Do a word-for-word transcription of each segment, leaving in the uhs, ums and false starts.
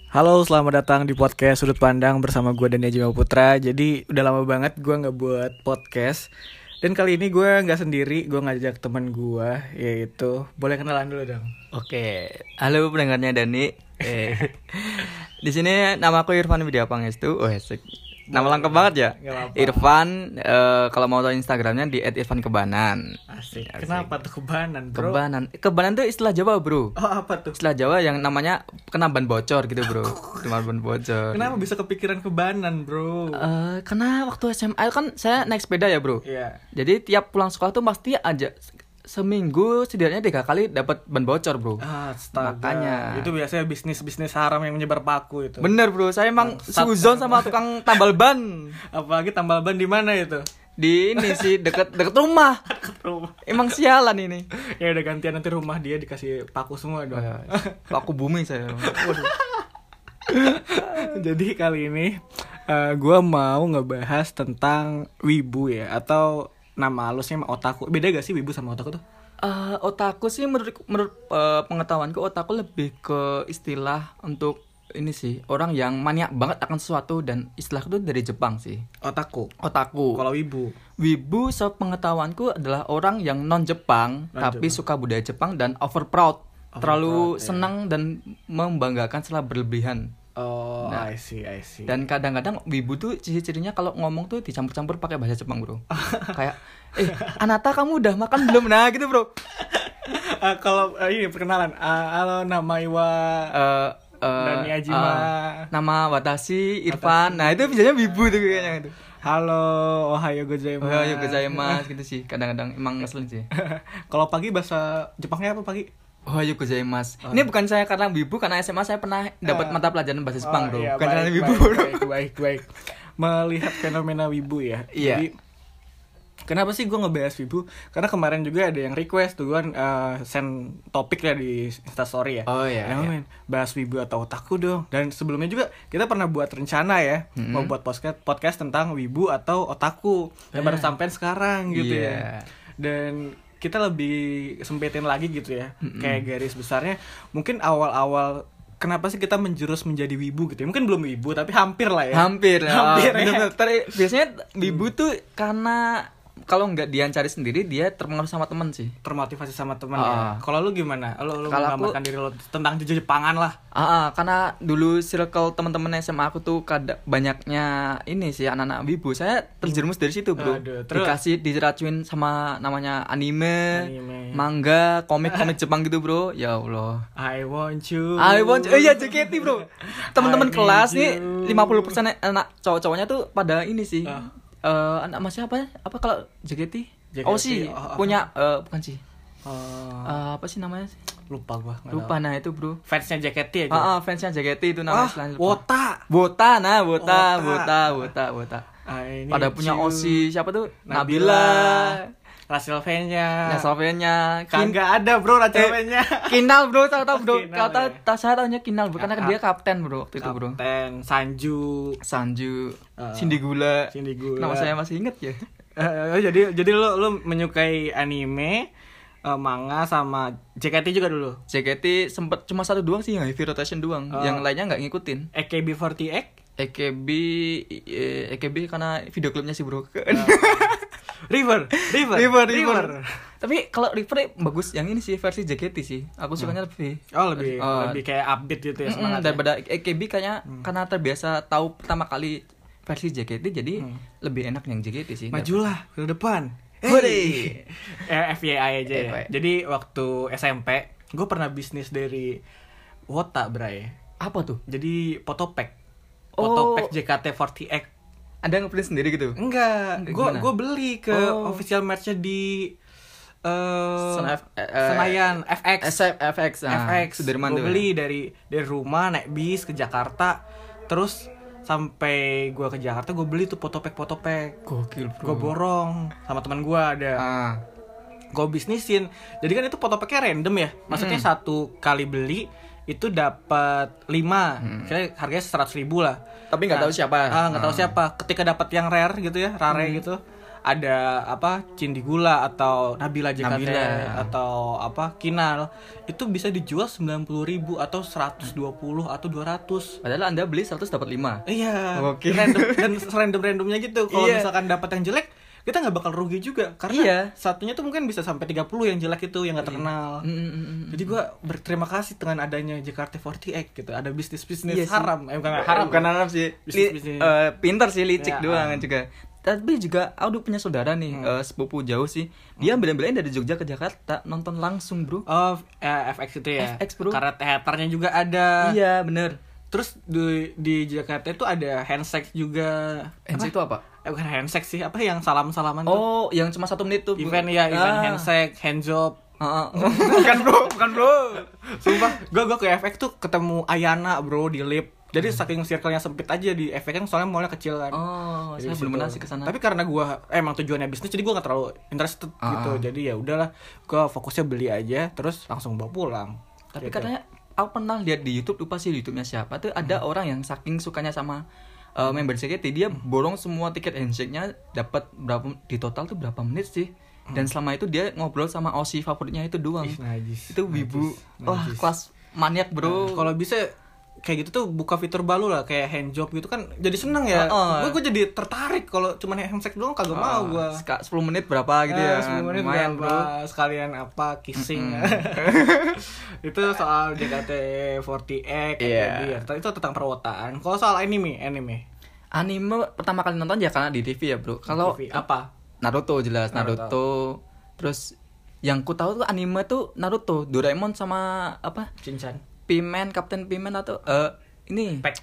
Halo, selamat datang di podcast Sudut Pandang bersama gue Dania Jima Putra. Jadi udah lama banget gue gak buat podcast. Dan kali ini gue gak sendiri, gue ngajak teman gue, yaitu, boleh kenalan dulu dong. Oke, halo pendengarnya Dani. Eh, di sini nama aku Irfan Widya Pangestu. Oh, asik. Nama lengkap banget ya. Gak apa-apa. Irfan. eh, kalau mau tahu Instagramnya di et irfan kebanan. Asik. Asik. Kenapa tuh kebanan, bro? Kebanan. Kebanan itu istilah Jawa, bro. Oh, apa tuh? Istilah Jawa yang namanya kena ban bocor gitu, bro. Kena ban bocor. Kenapa bisa kepikiran kebanan, bro? Eh, karena waktu S M A kan saya naik sepeda ya, bro. Iya. Jadi tiap pulang sekolah tuh pasti aja seminggu setidaknya tiga kali dapat ban bocor, bro. Ah, astaga. Makanya. Itu biasanya bisnis-bisnis haram yang menyebar paku itu. Bener, bro, saya emang Bangsat. suzon sama tukang tambal ban. Apalagi tambal ban di mana itu? Di ini sih deket deket rumah. Dekat rumah. Emang sialan ini. Ya udah gantian nanti rumah dia dikasih paku semua dong. Aku bumi saya. Waduh. Jadi kali ini uh, gue mau ngebahas tentang wibu ya, atau nama halusnya otaku. Beda gak sih wibu sama otaku tuh? Eh, otaku sih menurut menurut eh, pengetahuanku otaku lebih ke istilah untuk ini sih orang yang maniak banget akan sesuatu, dan istilah itu dari Jepang sih. Otaku. Otaku. Kalau wibu, Wibu sepengetahuanku adalah orang yang non Jepang Non tapi Jepang. suka budaya Jepang dan over proud. Over Terlalu proud, ya. senang dan membanggakan setelah berlebihan. oh Nah. I see I see. Dan kadang-kadang wibu tuh ciri-cirinya kalau ngomong tuh dicampur-campur pakai bahasa Jepang, bro. Kayak, eh Anata kamu udah makan belum? Nah gitu, bro. Uh, kalau uh, ini perkenalan, uh, halo nama Iwa Eh eh, Dani Ajima. eh, nama Watashi Irfan. Nah itu biasanya wibu tuh kayaknya gitu. Halo, ohayo gozaimasu. Oh ya gozaimasu gitu sih. Kadang-kadang emang ngeselin sih. Kalau pagi bahasa Jepangnya apa pagi? Oh ya gozaimasu. Ini bukan saya karena wibu, karena S M A saya pernah dapat Ah. mata pelajaran bahasa Jepang, bro. Oh, iya, Bukan baik, karena wibu, baik, bro. baik, baik, baik. Melihat fenomena wibu ya. Iya. Jadi kenapa sih gue ngebahas wibu? Karena kemarin juga ada yang request tuh, gue uh, send topik ya di Instastory ya. Oh, iya, Nah, iya. men, bahas wibu atau otaku dong. Dan sebelumnya juga kita pernah buat rencana ya, Mm-hmm. mau buat podcast podcast tentang wibu atau otaku. Dan baru sampai sekarang gitu Iya. ya. Dan kita lebih sempetin lagi gitu ya. Mm-mm. Kayak garis besarnya mungkin awal-awal kenapa sih kita menjurus menjadi wibu gitu ya? Mungkin belum wibu tapi hampir lah ya. Hampir, Hampir oh, ya. bener-bener. Ter- biasanya wibu tuh karena kalau nggak dia cari sendiri, dia terpengaruh sama temen sih. Termotivasi sama teman Ah. ya. Kalau lu gimana? Lu lu Kalau aku- menggambarkan diri lu tentang Jepangan lah. Ah, ah, karena dulu circle teman-teman S M A aku tuh kada banyaknya ini sih anak-anak wibu. Saya terjerumus dari situ, bro. Aduh, terus? Dikasih diracuin sama namanya anime, Anime. manga, komik-komik Jepang gitu, bro. Ya Allah. I want you. I want oh iya J K T, bro. Teman-teman I kelas need nih you. lima puluh persen anak cowok-cowoknya tuh pada ini sih. Ah. Eh, anak masih apa? Apa kalau J K T? J K T, Oh sih, oh, apa? punya eh, bukan sih. Oh, Eh, apa sih namanya? lupa gua. nggak Lupa tahu. nah itu, bro. Fansnya J K T aja. Ah, ah, fansnya J K T itu namanya Wah, istilahnya lupa. Wota. Wota, nah Wota, Wota. Wota, Wota, Wota. I need Pada punya you. Osi, siapa tuh? Nabila. Nabila. Russell Fan-nya. Nasofenya, Kin Kagak ada, bro, Russell Eh, Fan-nya. Kinal, bro, tahu tahu, bro. Kinal, Kau tahu, ya. tahu saya tahunya Kinal, bro, karena kan dia kapten, bro, waktu itu, bro. Kapten Sanju, Sanju, Uh, Cindy Gula. Cindy Gula. Nama saya masih inget ya. Eh, jadi jadi lo lo menyukai anime, eh, manga sama J K T juga dulu. J K T sempet cuma satu doang sih, yang heavy rotation doang. Oh. Yang lainnya nggak ngikutin. A K B empat delapan. A K B, eh, A K B karena video klipnya sih, bro. River, River, River, River. Tapi kalau River bagus yang ini sih versi J K T sih. Aku sukanya lebih. Oh, lebih Oh. lebih kayak update gitu ya Mm-mm, semangatnya. daripada A K B kayaknya karena terbiasa tahu pertama kali versi J K T, jadi lebih enak yang J K T sih. Majulah ke depan. Hore. Eh, F Y I aja ya. F Y I. Jadi waktu S M P, gue pernah bisnis dari Wota, bray. Apa tuh? Jadi Potopek. Oh. Potopek J K T empat delapan. Ada ngeprint sendiri gitu? Enggak, Enggak, gue gimana? gue beli ke Oh. official merch-nya di eh Sen- F- eh, Senayan F X. S F X. Nah, F X. Sudirman Gue tuh. beli dari dari rumah naik bis ke Jakarta, terus sampai gue ke Jakarta gue beli tuh potopek potopek. Gokil, Gue borong sama teman gue ada. Ah. Gue bisnisin. Jadi kan itu potopeknya random ya. Maksudnya satu kali beli itu dapat lima. Kira harganya seratus ribu lah. Tapi nggak tahu siapa. Ah, nggak tahu siapa. Ketika dapat yang rare gitu ya, rare gitu. ada apa Cindy Gula atau Nabila J K T Nabila. atau apa Kinal itu bisa dijual sembilan puluh ribu atau seratus dua puluh atau dua ratus. Padahal Anda beli seratus dapat lima. Iya. Oke. Random, dan random-randomnya gitu. Kalau Iya. misalkan dapat yang jelek, kita nggak bakal rugi juga karena Iya. satunya tuh mungkin bisa sampai tiga puluh yang jelek itu yang nggak terkenal. Mm, mm, mm, mm. Jadi gue berterima kasih dengan adanya J K T empat delapan gitu. Ada bisnis-bisnis Iya sih. haram. Eh bukan haram. Bukan haram sih. Li, Bisnis-bisnis. eh, pintar sih, licik Ya, doang ah. juga. Tapi juga aku punya saudara nih, eh, sepupu jauh sih. Dia bela-belain dari Jogja ke Jakarta nonton langsung, Bro. Oh, eh, F X itu ya. F X, bro. Karena teaternya juga ada. Iya, bener. Terus di di Jakarta itu ada handshake juga. Handshake itu apa? Eh bukan handshake sih, apa yang salam-salaman tuh? Oh, yang cuma satu menit tuh. Bro. Event ya, event Ah. handshake, handjob. Heeh. Bukan, Bro, bukan, Bro. Sumpah, gue gue ke F X tuh ketemu Ayana bro di lift. Jadi saking circle-nya sempit aja di F X kan soalnya mallnya kecil kan. Oh, Jadi saya di belum situ. pernah sih ke sana. Tapi karena gue emang tujuannya bisnis, jadi gue nggak terlalu interested Ah. gitu. Jadi ya udahlah, gue fokusnya beli aja, terus langsung bawa pulang. Tapi Gitu. katanya aku pernah lihat di YouTube, lupa sih di YouTube-nya siapa tuh ada orang yang saking sukanya sama uh, member J K T, dia borong semua tiket handshake-nya, dapat berapa di total tuh berapa menit sih? Dan selama itu dia ngobrol sama O S I favoritnya itu doang. Ih, najis, Itu wibu. najis, Wah, najis. kelas maniak, Bro. Nah, kalau bisa kayak gitu tuh buka fitur baru lah kayak handjob gitu kan jadi seneng ya. Uh-uh. Gue gue jadi tertarik kalau cuman handshake doang kagak mau gue. Seka- sepuluh menit berapa gitu ya. sepuluh menit Lumayan, berapa, sekalian apa kissing. Itu soal J K T empat delapan kayak Iya. tadi ya. Itu tentang perwotaan. Kalau soal anime, anime. Anime pertama kali nonton ya karena di T V ya, Bro. Kalau T V, apa? Naruto jelas, Naruto. Naruto. Terus yang ku tahu tuh anime tuh Naruto, Doraemon sama apa? Shinchan. Pimen, Kapten Pimen atau eh ini Pek.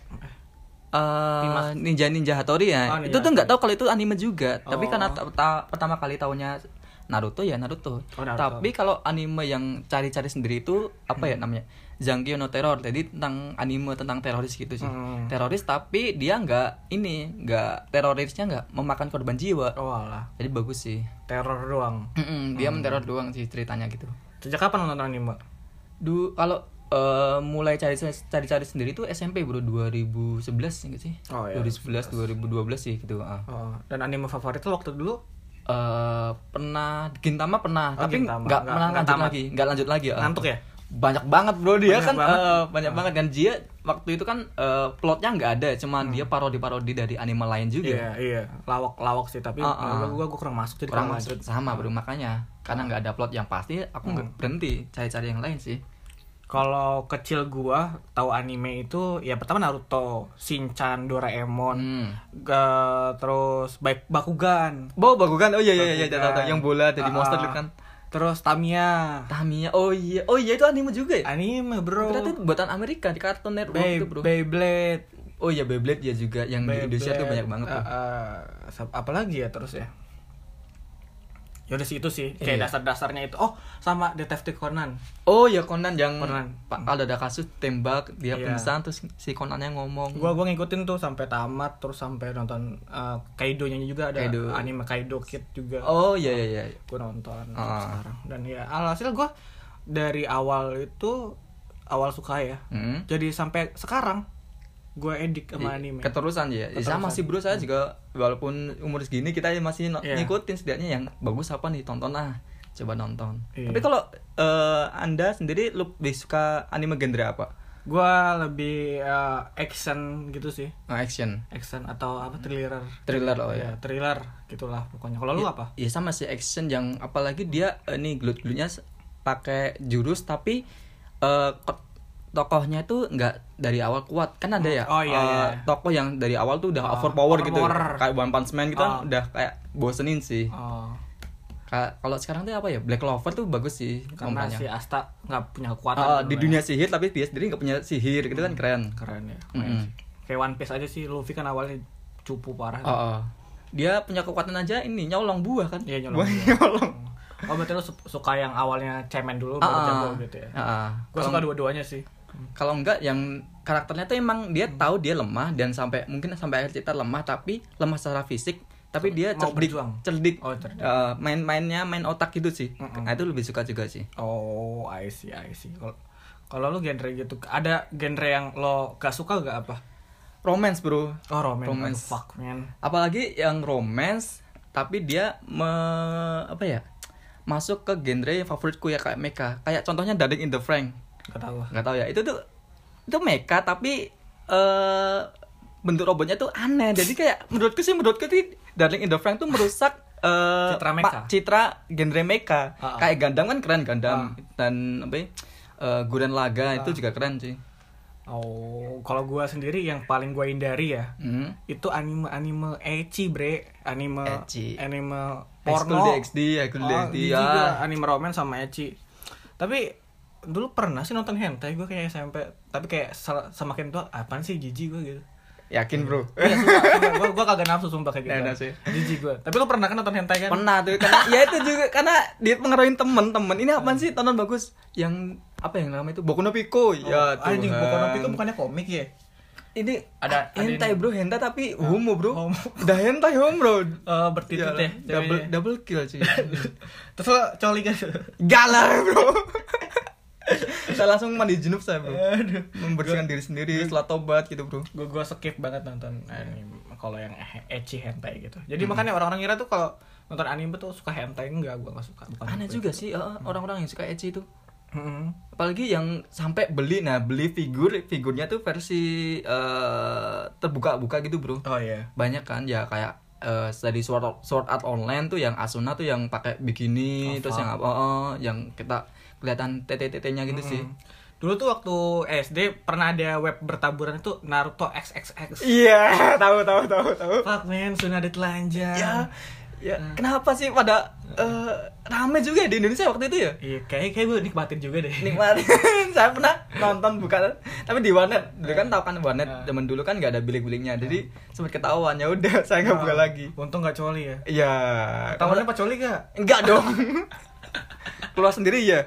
eh Ninja Ninja Hattori ya. Oh, Ninja itu tuh nggak Hattori. tahu kalau itu anime juga. Tapi Oh. karena ta- ta- pertama kali tahunya Naruto ya Naruto. Oh, Naruto. Tapi kalau anime yang cari-cari sendiri itu apa ya namanya? Zangief no Terror. Jadi tentang anime tentang teroris gitu sih. Hmm. Teroris tapi dia nggak ini, nggak terorisnya nggak memakan korban jiwa. Oh alah, Jadi bagus sih. teror doang. Mm-mm, dia menteror doang sih ceritanya gitu. Sejak kapan nonton anime? Du kalau eh, mulai cari cari-cari sendiri tuh S M P bro dua ribu sebelas ya nggak sih? Oh, iya, dua ribu sebelas dua ribu dua belas sih gitu. ah. Oh, dan anime favorit lo waktu dulu? Eh, pernah Gintama pernah, Oh, tapi Gintama. nggak Nggak- pernah nggak lanjut tamat. lagi, nggak lanjut lagi. ah. Ngantuk ya? Banyak banget bro dia Banyak kan banget. eh, banyak banget dan dia waktu itu kan eh, plotnya nggak ada, cuman dia parodi-parodi dari anime lain juga. Iya, iya. Lawak-lawak sih, tapi Ah, ah. gua, gua kurang masuk jadi Kurang kurang masuk lanjut. sama bro, makanya karena nggak ada plot yang pasti, aku nggak berhenti cari-cari yang lain sih. Kalau kecil gua tahu anime itu ya pertama Naruto, Shinchan, Doraemon, Hmm. ga- terus Baik Bakugan, Bo Bakugan, oh iya iya iya, Bakugan. tahu tahu yang bola jadi Ah, monster ah. itu kan. Terus Tamiya. Tamiya, oh iya, oh iya itu anime juga ya. Anime, Bro. Ternyata itu buatan Amerika di Cartoon Network Bey- itu bro. Beyblade. Oh iya Beyblade ya juga, yang di Indonesia tuh Beyblade. banyak banget tuh. Ah, ah. Sap- apa lagi ya terus ya? Ya udah sih itu sih, kayak Iya. dasar-dasarnya itu. Oh, sama Detektif Conan. Oh ya Conan yang Conan. Pak kalau ada kasus tembak dia Iya. pingsan terus si Conannya ngomong. Gua gua ngikutin tuh sampai tamat, terus sampai nonton uh, Kaido-nya juga ada Kaido. anime Kaido Kid juga. Oh iya iya iya. Gue nonton Ah. sekarang. Dan ya alhasil gue dari awal itu awal suka ya. Hmm. Jadi sampai sekarang gue edik sama I- anime. Keterusan ya. Ya, sama Keterusan. sih bro, saya juga walaupun umur segini kita masih no- Iya. ngikutin setidaknya yang bagus apa nih, tonton lah. Coba nonton. Iya. Tapi kalau eh, Anda sendiri lebih suka anime genre apa? Gue lebih uh, action gitu sih. Oh, action. Action atau apa thriller. Thriller oh Ya, ya. thriller gitulah pokoknya. Kalau lu Ya- apa? Ya sama sih action yang apalagi dia eh, nih gelut-gelutnya s- pakai jurus tapi eh, ko- tokohnya itu nggak dari awal kuat kan ada ya. Oh, iya, eh, iya. Tokoh yang dari awal tuh udah Oh, overpower gitu. overpower. Kayak One Punch Man gitu Oh. kan udah kayak bosenin sih. Oh, Ka- Kalau sekarang tuh apa ya? Black Clover tuh bagus sih karena kompanya. si Asta nggak punya kekuatan. Ah, di dulu dunia ya. sihir tapi dia sendiri nggak punya sihir gitu kan keren. Keren ya. Mm-mm. Kayak One Piece aja sih. Luffy kan awalnya cupu parah. Oh, oh. Dia punya kekuatan aja ini nyolong buah kan? Iya, nyolong Buah buah. nyolong. Oh, berarti lu su- suka yang awalnya cemen dulu Ah, baru ah. jago gitu ya. Ah, ah. Gue Kalau- suka dua-duanya sih. Kalau enggak yang karakternya tuh emang dia tahu dia lemah dan sampai mungkin sampai akhir cerita lemah tapi lemah secara fisik tapi dia Mau cerdik berjuang. cerdik Oh, cerdik. Eh, main-mainnya main otak gitu sih. Mm-mm. Nah, itu lebih suka juga sih. Oh, I see, I see. Kalau kalau lu genre gitu, ada genre yang lo gak suka gak apa? Romance bro. Oh, romance. Romance. Aduh, fuck man. Apalagi yang romance tapi dia me, apa ya? Masuk ke genre favoritku ya kayak mecha. Kayak contohnya Darling in the Franxx. Gak tahu. Gak tahu ya. Itu tuh itu mecha tapi eh bentuk robotnya tuh aneh. Jadi kayak menurutku sih menurutku sih Darling in the Franxx tuh merusak uh, citra mecha. pa, citra genre mecha. Uh-uh. Kayak Gundam kan keren Gundam uh. dan apa ya, uh, Gurren Lagann uh. itu juga keren sih. Oh, kalau gua sendiri yang paling gua hindari ya, mm. itu anime-anime ecchi, bre, anime ecchi. anime porno, D X D, High School D X D, oh, ya. Anime romance sama ecchi. Tapi dulu pernah sih nonton hentai gua kayak S M P, tapi kayak semakin tua apaan sih jijik gua gitu. Yakin bro? Iya sumpah, sumpah. Gua, gua kagak nafsu sumpah kayak gitu. Nah, sih. Jijik gua. Tapi lu pernah kan nonton hentai kan? Pernah tuh, karena ya itu juga karena dia pengaruhin temen-temen. Ini apaan sih tonton bagus? Yang apa yang namanya itu Boku no Pico. Oh, ya tuh. Anjing Boku no Pico bukannya komik ya? Ini ada hentai ada bro, hentai tapi homo bro. Homo. Udah hentai homo bro. Uh, bertitik deh. Double double kill sih. Terus lo coli kan? Galah bro. Saya langsung mandi junub saya bro. Aduh. Membersihkan diri sendiri setelah tobat gitu bro. Gue gue skip banget nonton anime kalau yang ecchi hentai gitu. Jadi hmm. makanya orang-orang kira tuh kalau nonton anime tuh suka hentai, enggak, gue nggak suka. Bukan aneh juga sih uh, hmm. orang-orang yang suka ecchi itu. Hmm. Apalagi yang sampai beli, nah beli figur figurnya tuh versi uh, terbuka-buka gitu bro. Oh iya. Yeah. Banyak kan ya kayak uh, dari Sword Art, Sword Art Online tuh yang Asuna tuh yang pakai bikini, oh, terus yang apa? Oh, yang kita kelihatan tete-tetenya gitu hmm. sih. Dulu tuh waktu S D pernah ada web bertaburan itu Naruto X X X. Iya, yeah, tahu tahu tahu tahu. Fuck man, Tsunade telanjang. Ya. Ya, hmm. kenapa sih pada uh, rame juga di Indonesia waktu itu ya? Iya, kayak kayak gue nikmatin juga deh. Nikmatin. Saya pernah nonton bukan, tapi di warnet. Dulu kan tahu kan warnet, zaman dulu kan nggak ada bilik-biliknya. Jadi sempat ketahuan, ya udah saya nggak buka lagi. Untung nggak coli ya. Iya. Ketahuannya Pak coli nggak? Enggak dong. Keluar sendiri ya.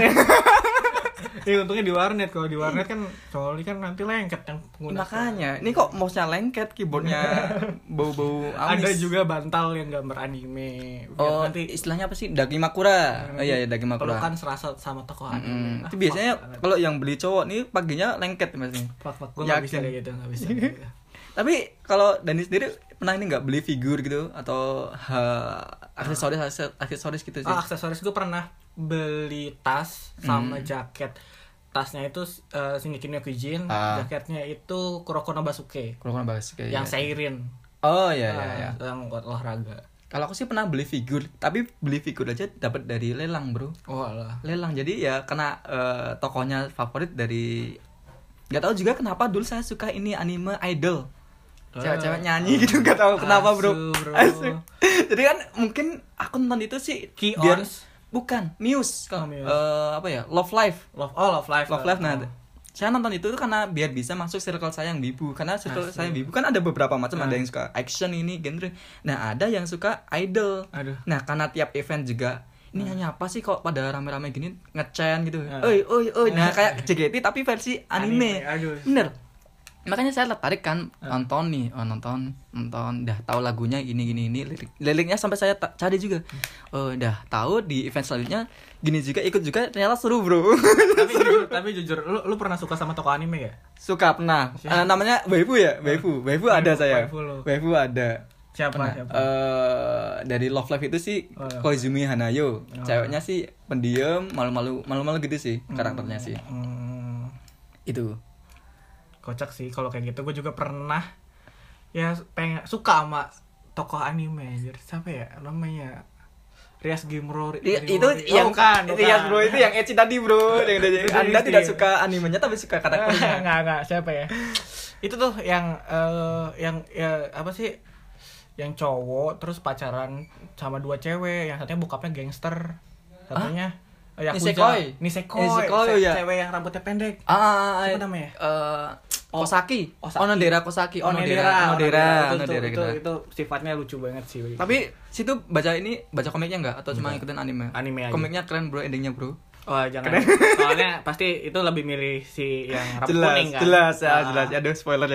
Iya untungnya di warnet. Kalau di warnet kan coli kan nanti lengket yang pengguna. Makanya, ini kok mouse-nya lengket, keyboardnya bau-bau amis. Ada juga bantal yang gambar anime. Biar oh, nanti istilahnya apa sih? Dakimakura. Oh iya, ya Dakimakura. Pelukan serasa sama tokoh anime. Mm-hmm. Ah, itu biasanya kalau yang beli cowok nih paginya lengket mas nih. Pak, pak, gue nggak bisa kayak gitu, nggak bisa. Tapi kalau Dani sendiri pernah ini nggak beli figur gitu atau ha, aksesoris aksesoris gitu sih? Oh, aksesoris gue pernah beli tas sama hmm. jaket. Tasnya itu uh, Shingeki no Kyojin, ah. jaketnya itu Kuroko no Basuke. Kuroko no Basuke. Yang ya. Seirin. Oh iya iya. Uh, iya. Yang buat olahraga. Kalau aku sih pernah beli figur, tapi beli figur aja dapat dari lelang bro. Oh alah. Lelang, jadi ya kena uh, tokonya favorit dari. Gak tahu juga kenapa dulu saya suka ini anime idol. Cewek-cewek nyanyi gitu, gak tahu kenapa bro. bro. Jadi kan mungkin aku nonton itu sih Key biar Ons. Bukan Muse, oh, Muse. Uh, apa ya Love Live. Love oh Love Live. Love Live. Nah, oh. saya nonton itu tuh karena biar bisa masuk circle saya yang wibu. Karena circle Asli. saya wibu kan ada beberapa macam, nah. ada yang suka action ini genre. Nah ada yang suka idol. Aduh. Nah karena tiap event juga ini nyanyi apa sih kok pada rame-rame gini ngecen gitu. Nah. Oi oi oi. Nah kayak J K T tapi versi anime. anime. Aduh. Bener. Makanya saya tertarik kan uh. nonton nih, oh nonton, nonton, dah tahu lagunya gini gini ini, lirik, liriknya sampai saya ta- cari juga, oh dah tahu di event selanjutnya gini juga ikut juga ternyata seru bro. Tapi jujur, tapi jujur, lu lu pernah suka sama tokoh anime ya? Suka pernah, uh, namanya Waifu ya, Waifu, Waifu ada saya, Waifu ada. Siapa? Pernah. Siapa? Uh, dari Love Live itu sih oh, ya. Koizumi Hanayo, oh. ceweknya sih pendiam, malu-malu, malu-malu gitu sih karakternya hmm. sih, hmm. itu. Kocak sih kalau kayak gitu. Gue juga pernah ya pengen suka sama tokoh anime anjir. Siapa ya namanya? Rias Gimro. Ri- itu oh, yang kan Rias bro, itu yang ecchi tadi bro. Anda tidak suka animenya tapi suka karakternya. Enggak enggak siapa ya? Itu tuh yang uh, yang ya apa sih? Yang cowok terus pacaran sama dua cewek, yang satunya bokapnya gangster. Satunya ah? Nisekoi. Nisekoi. Nisekoi ya. Cewek yang rambutnya pendek. Ah, siapa namanya? Uh, Kosaki. Osaki. Onodera Kosaki. Onodera. Onodera. Onodera. Onodera itu, gitu. itu, itu sifatnya lucu banget sih. Tapi situ baca ini baca komiknya enggak atau cuma ngikutin anime? Anime aja. Komiknya keren bro, endingnya bro. Oh jangan. Soalnya pasti itu lebih milih si yang rambut jelas, kuning kan. Jelas ya, ah. jelas. Aduh spoiler ya.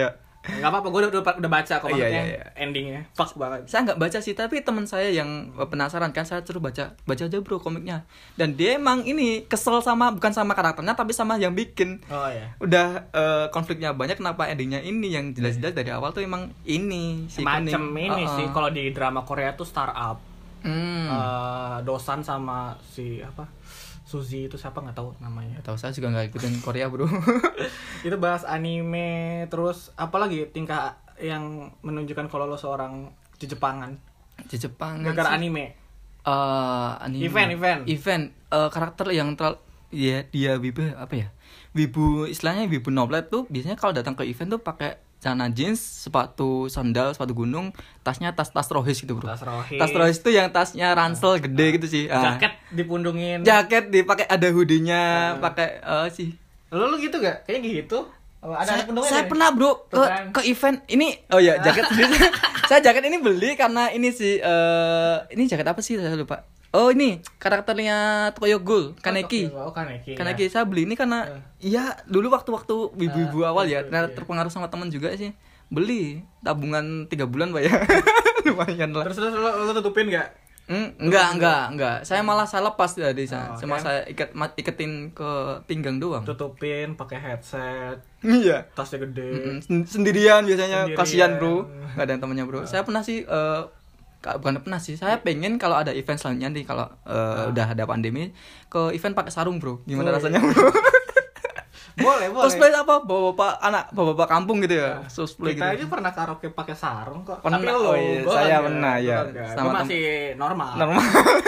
Enggak apa-apa, gue udah, udah udah baca kok Iya, maksudnya iya, iya. endingnya. Fuck banget. Saya nggak baca sih, tapi teman saya yang penasaran kan, saya suruh baca, baca aja bro komiknya. Dan dia emang ini kesel sama, bukan sama karakternya, tapi sama yang bikin. Oh iya. Udah eh, konfliknya banyak, kenapa endingnya ini yang jelas-jelas dari awal tuh emang ini si Macem kuning. ini Uh-uh. sih kalau di drama Korea tuh startup. Hmm. Eh, Dosan sama si apa? Suzy itu siapa nggak tahu namanya. Tahu saya juga nggak ikutin Korea bro. Itu bahas anime, terus apalagi tingkah yang menunjukkan kalau lo seorang Jepangan Di Jepang gara-gara anime. uh, anime. Event, event. Event uh, karakter yang terlalu ya dia wibu apa ya? Wibu istilahnya wibu noblet tuh biasanya kalau datang ke event tuh pakai celana jeans, sepatu sandal, sepatu gunung, tasnya tas-tas rohis gitu, bro. Tas rohis. Tas rohis tuh yang tasnya ransel gede gitu sih. Ah. Jaket dipundungin. Jaket dipakai ada hoodie-nya, Uh. pakai uh, sih. Lo lu gitu gak? Kayaknya gitu. Oh, ada saya, ada pundungnya saya deh. pernah bro ke Tuh kan. ke event ini oh ya jaket sendiri. Saya jaket ini beli karena ini sih eh ini jaket apa sih saya lupa. Oh ini karakternya Tokyo Ghoul Kaneki. Oh, Kaneki. Kaneki Ya. saya beli ini karena iya dulu waktu-waktu ibu-ibu Ah, awal iya, ya, ternyata iya. terpengaruh sama teman juga sih. Beli tabungan tiga bulan Pak ya. Lumayan lah. Terus terus lo, lo tutupin gak? Hmm, enggak, enggak, enggak. Saya malah saya lepas dari sana. Oh, Cuma kan? saya ikat ma- iketin ke pinggang doang. Tutupin pakai headset, Iya. tasnya gede. Mm-mm, sen- sendirian biasanya. Sendirian. Kasihan bro, nggak ada yang temannya bro. Saya pernah sih eh, ka- bukan pernah sih, saya pengen kalau ada event selanjutnya nih kalau eh, udah ada pandemi ke event pakai sarung bro. Gimana Oh, rasanya iya. bro? Boleh, boleh. Cosplay apa bapak-bapak anak bapak-bapak kampung gitu ya, cosplay Kita gitu. aja pernah karaoke pakai sarung kok. Pernah, Tapi lo, oh iya, gua saya enggak, pernah, gua ya. enggak. Sama Gua tem- masih normal. Normal.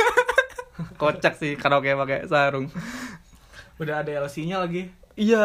Kocak sih karaoke pakai sarung. Udah ada L C-nya lagi. Iya.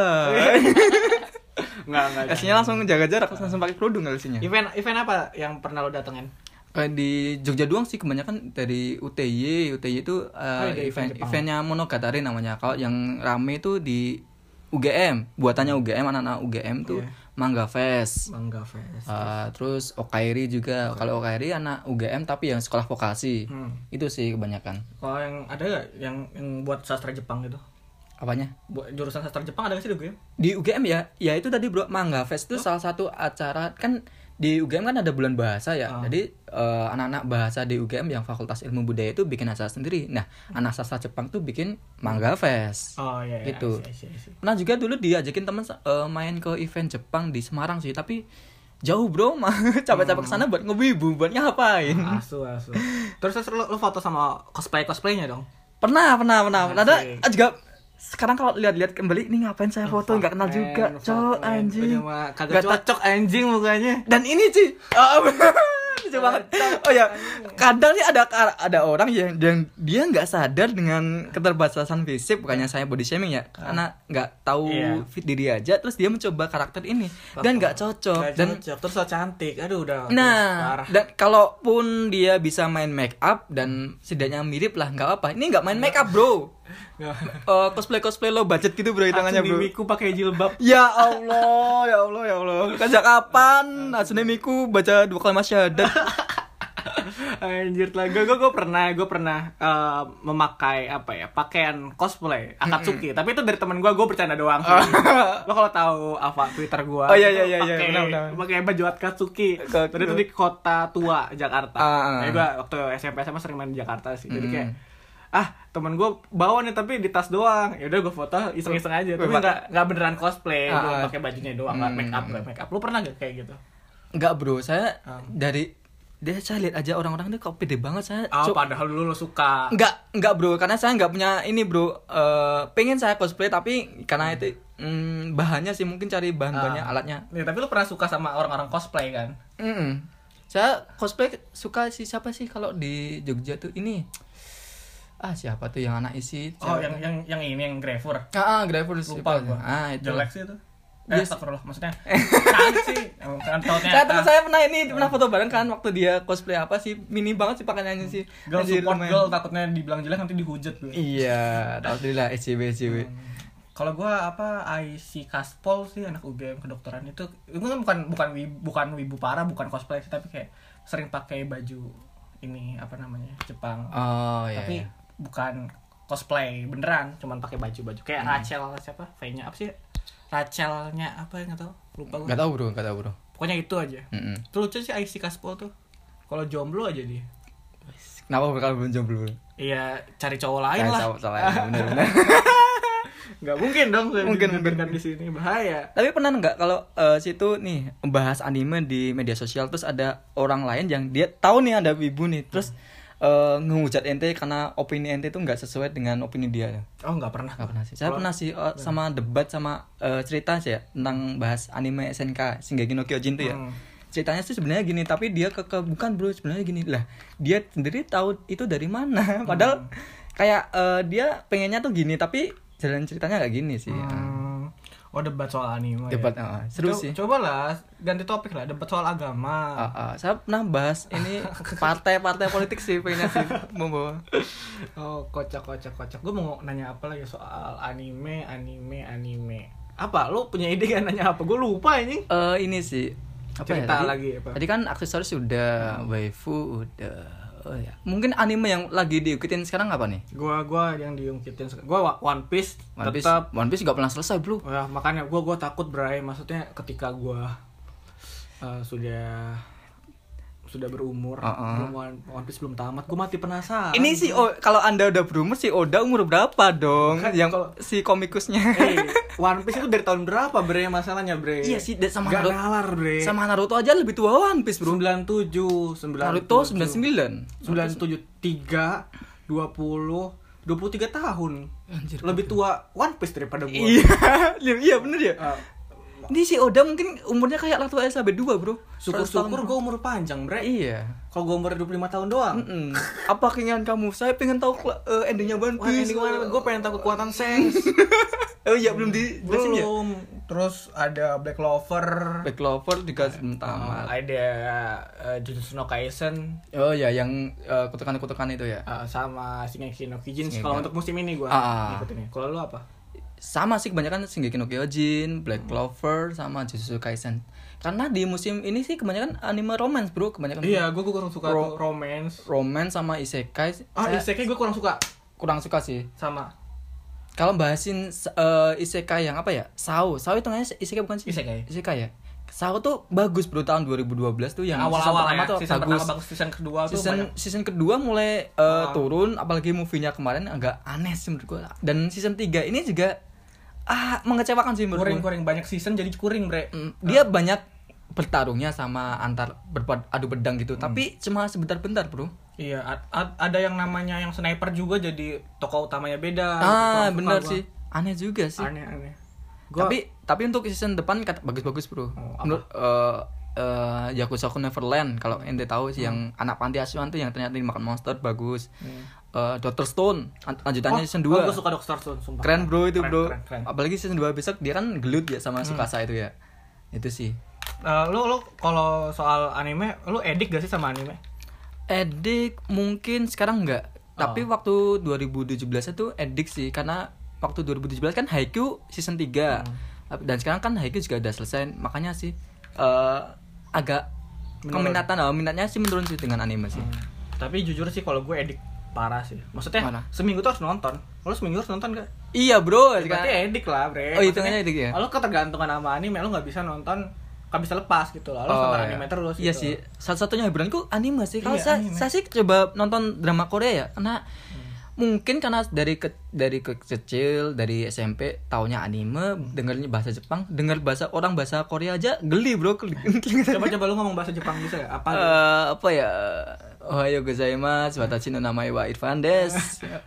Enggak, enggak. L C-nya langsung jaga jarak, langsung pakai kerudung L C-nya. Event event apa yang pernah lo datengin? Eh, di Jogja doang sih kebanyakan dari U T Y. U T Y itu uh, Oh, iya, event event Jepang. eventnya Monogatari namanya. Kalau yang rame itu di U G M, buatannya U G M, anak-anak U G M tuh Iya. Mangga Fest. Bangga Fest. Uh, terus Okairi juga. Kalau Okairi anak U G M tapi yang sekolah vokasi. Hmm. Itu sih kebanyakan. Kalau yang ada gak yang yang buat sastra Jepang gitu? Apanya? Buat jurusan sastra Jepang ada gak sih di gue? Di U G M ya, ya itu tadi bro, Mangga Fest itu salah satu acara kan di U G M kan ada bulan bahasa ya. Ah. Jadi eh, anak-anak bahasa di U G M yang Fakultas Ilmu Budaya itu bikin acara sendiri. Nah, anak sastra Jepang tuh bikin Mangga Fest. Oh iya, iya. Gitu. I see, I see, I see. Pernah juga dulu diajakin teman eh, main ke event Jepang di Semarang sih, tapi jauh bro, mah capek-capek kesana buat ngewibu, buat ngapain? Asu, asu. Terus terus lo, lo foto sama cosplay cosplaynya dong? Pernah, pernah, pernah. Ada Asik. juga sekarang kalau lihat-lihat kembali ini ngapain saya foto nggak kenal juga, cowok anjing. Kagak Nggak ta- cocok anjing mukanya. Dan ini sih, oh, lucu banget. Oh ya, kadang nih ada ada orang yang yang dia nggak sadar dengan keterbatasan fisik, bukannya saya body shaming ya, karena nggak tahu Iya. fit diri aja, terus dia mencoba karakter ini dan nggak cocok. Nggak Dan cocok. Terus lo cantik. Aduh udah. nah, parah. dan kalaupun dia bisa main make up dan setidaknya mirip lah, nggak apa. Ini nggak main make up bro. Eh, cosplay cosplay lo budget gitu bro hitungannya bro. Hatsune Miku pakai jilbab. Ya Allah, ya Allah, ya Allah. Sejak kapan Hatsune Miku baca dua kalimat syahadat? Anjir lah, gue gue pernah gue pernah eh, memakai apa ya pakaian cosplay Akatsuki, tapi itu dari teman gue, gue bercanda doang. Lo kalau tahu apa Twitter gue? Oh, iya, iya, iya, iya, benar, benar. Pakai baju Akatsuki. Ke- Tadi itu di kota tua Jakarta. Ah, ah. Jadi gue waktu S M P S M A sering main di Jakarta sih. Jadi Mm. kayak ah temen gue bawa nih tapi di tas doang. Ya udah gue foto iseng-iseng aja. Tapi Wih, nggak nggak beneran cosplay. Ah, Gue ah. pakai bajunya doang, nggak Hmm. make up, nggak make up. Lo pernah gak kayak gitu? Enggak bro, saya Ah. dari dia saya lihat aja orang-orang ini kok pede banget saya. Ah, co- padahal dulu lo suka. Enggak, enggak bro, karena saya enggak punya ini bro. Eh, pengen saya cosplay tapi karena itu mm, bahannya sih mungkin cari bahan-bahannya, Ah. alatnya. Ya, tapi lo pernah suka sama orang-orang cosplay kan? Mm-mm. Saya cosplay suka sih siapa sih kalau di Jogja tuh ini. Ah siapa tuh yang anak isi? Oh, cewek. yang yang yang ini yang Graver. Ah, ah Graver Lupa siapa? gua. Ah, itu. Jelek sih itu. Eh, Yes. astagfirullah, maksudnya cantik sih. Oh, kan tautnya. Saya teman saya pernah ini pernah foto bareng kan waktu dia cosplay apa sih, mini banget sih pakaiannya sih. Girl Anjir, support lumayan. girl, takutnya dibilang jelek nanti dihujat gue. Iya, alhamdulillah S C B S C B. Kalau gua apa I C Kaspol sih, anak U G M kedokteran itu, itu kan bukan bukan wibu, bukan wibu parah, bukan cosplay sih, tapi kayak sering pakai baju ini apa namanya Jepang. Oh iya. Tapi iya. bukan cosplay beneran, cuman pakai baju-baju kayak Hmm. Rachel siapa? V-nya apa sih? Rachelnya apa ya nggak tahu, lupa gue. Enggak tahu bro, enggak tahu bro. Pokoknya itu aja. Mm-mm. Itu lucu sih Aisy Kaspol tuh. Kalau jomblo aja dia. Kenapa bakal belum jomblo? Iya, cari cowok lain lah. Cowok lain, benar-benar. Nggak mungkin dong saya Mungkin, mungkin di sini bahaya. Tapi pernah nggak kalau uh, situ nih bahas anime di media sosial terus ada orang lain yang dia tahu nih ada wibu nih terus uh, ngehujat ente karena opini ente itu nggak sesuai dengan opini dia. Oh nggak pernah. Nggak pernah sih. Saya Kalo, pernah sih uh, sama debat sama uh, cerita sih ya tentang bahas anime S N K Shingeki no Kyojin tuh ya. Hmm. Ceritanya sih sebenarnya gini tapi dia ke, ke bukan bro sebenarnya gini lah dia sendiri tahu itu dari mana padahal hmm. kayak uh, dia pengennya tuh gini tapi jalan ceritanya nggak gini sih. Hmm. Oh debat soal anime. Debat ya? uh, seru Co- sih. Cobalah ganti topik lah debat soal agama. Uh, uh, saya pernah bahas ini partai-partai politik sih pengennya sih membawa. Oh kocak kocak kocak. Gue mau nanya apa lagi soal anime anime anime. Apa? Lu punya ide kan nanya apa? Gue lupa ini. Uh, ini sih. Apa cerita ya, tadi, lagi apa? Tadi kan aksesoris sudah, hmm. waifu udah. Oh ya. Mungkin anime yang lagi diikutin sekarang apa nih? Gua gua yang diungkitin gua One Piece One Piece tetap One Piece enggak pernah selesai, Bro. Oh ya, makanya gua gua takut, Bray. Maksudnya ketika gua uh, sudah sudah berumur, uh-uh. belum One, One Piece belum tamat, gua mati penasaran. Ini sih oh, kalau Anda udah berumur sih Oda umur berapa dong? Kan, yang kalo, si komikusnya. Eh, One Piece itu dari tahun berapa, Bre? Masalahnya, Bre. Iya sih, sama Gak Naruto. nalar, Bre. Sama Naruto aja lebih tua One Piece, Bro. sembilan puluh tujuh, sembilan puluh tujuh. Naruto sembilan puluh sembilan. sembilan puluh tujuh, tiga, dua puluh, dua puluh tiga tahun. Anjir, lebih tua One Piece daripada gua. Iya, iya bener ya. Uh, Ini si Oda mungkin umurnya kayak Ratu Elizabeth dua, Bro. Syukur-syukur gue umur panjang, Bre. Iya. Kalau gue umur dua puluh lima tahun doang. Mm-mm. Apa keinginan kamu? Saya pengen tahu uh, endingnya One Piece. Gue pengen tahu kekuatan Sengs. Oh iya, belum dijelasin ya? Belum. Terus ada Black Clover. Black Clover juga belum tamat. Uh, ada uh, Jujutsu no Kaisen. Oh iya, yang uh, kutukan-kutukan itu ya. Uh, sama Shingeki no Kyojin. Kalau untuk musim ini gue ah. ngikutin. Kalau lu apa? Sama sih kebanyakan Shingeki no Kyojin, Black Clover, sama Jujutsu Kaisen. Karena di musim ini sih kebanyakan anime romance, Bro, kebanyakan. Iya, gue kurang suka Ro- tuh romance. Romance sama isekai. Ah, isekai gue kurang suka. Kurang suka sih. Sama. Kalau bahasin uh, isekai yang apa ya? Sao. Sao itu namanya isekai bukan sih? Isekai. Isekai ya. Sao tuh bagus, Bro, tahun dua ribu dua belas tuh yang awal-awal season pertama ya. tuh season bagus. bagus. Season kedua tuh season, banyak. season kedua mulai uh, oh. turun, apalagi movie-nya kemarin agak aneh sih menurut gua. Dan season tiga ini juga ah mengecewakan sih menurut gue. Kuring-kuring banyak season jadi kuring, Bre. Mm, dia uh. banyak bertarungnya sama antar berpad, adu pedang gitu, hmm. tapi cuma sebentar-bentar, Bro. Iya, ad- ad- ada yang namanya yang sniper juga jadi tokoh utamanya beda. Ah, benar sih. Aneh juga sih. Aneh-aneh. Gua... Tapi tapi untuk season depan kata bagus-bagus, Bro. Oh, menurut uh, uh, Yakuza Neverland kalau ente tahu sih hmm. yang anak panti asuhan tuh yang ternyata dimakan monster bagus. Hmm. Uh, Doctor Stone lanjutannya oh, season dua. Oh, gue suka Doctor Stone, sumpah. Keren, Bro, itu, keren, Bro. Keren, keren. Apalagi season dua besok dia kan gelut ya sama hmm. Tsukasa itu ya. Itu sih. Uh, lu lu kalau soal anime, lu edik gak sih sama anime? Edik mungkin sekarang enggak. Oh. Tapi waktu dua ribu tujuh belas itu edik sih karena waktu dua ribu tujuh belas kan Haikyuu season tiga. Hmm. Dan sekarang kan Haikyuu juga udah selesai. Makanya sih uh, agak keminatan oh, minatnya sih menurun sih dengan anime sih. Hmm. Tapi jujur sih kalau gue edik parah sih. Maksudnya mana? Seminggu tuh harus nonton. Lo seminggu harus nonton gak? Iya, Bro. Ya, berarti edik lah, Bre. Oh, hitungannya edik ya. Lo ketergantungan sama anime, lo gak bisa nonton, gak bisa lepas gitu loh. Lo oh, nonton iya. anime terus. Iya gitu. sih. Satu-satunya hiburanku anime sih. Kalau iya, saya, saya sih coba nonton drama Korea ya. Karena hmm. mungkin karena dari ke, dari kecil dari S M P taunya anime, hmm. dengarnya bahasa Jepang, dengar bahasa orang bahasa Korea aja geli, Bro. Coba-coba lu ngomong bahasa Jepang bisa ya? Apa? Uh, apa ya? Ohayo gozaimasu, watashi no namae wa Irfan desu.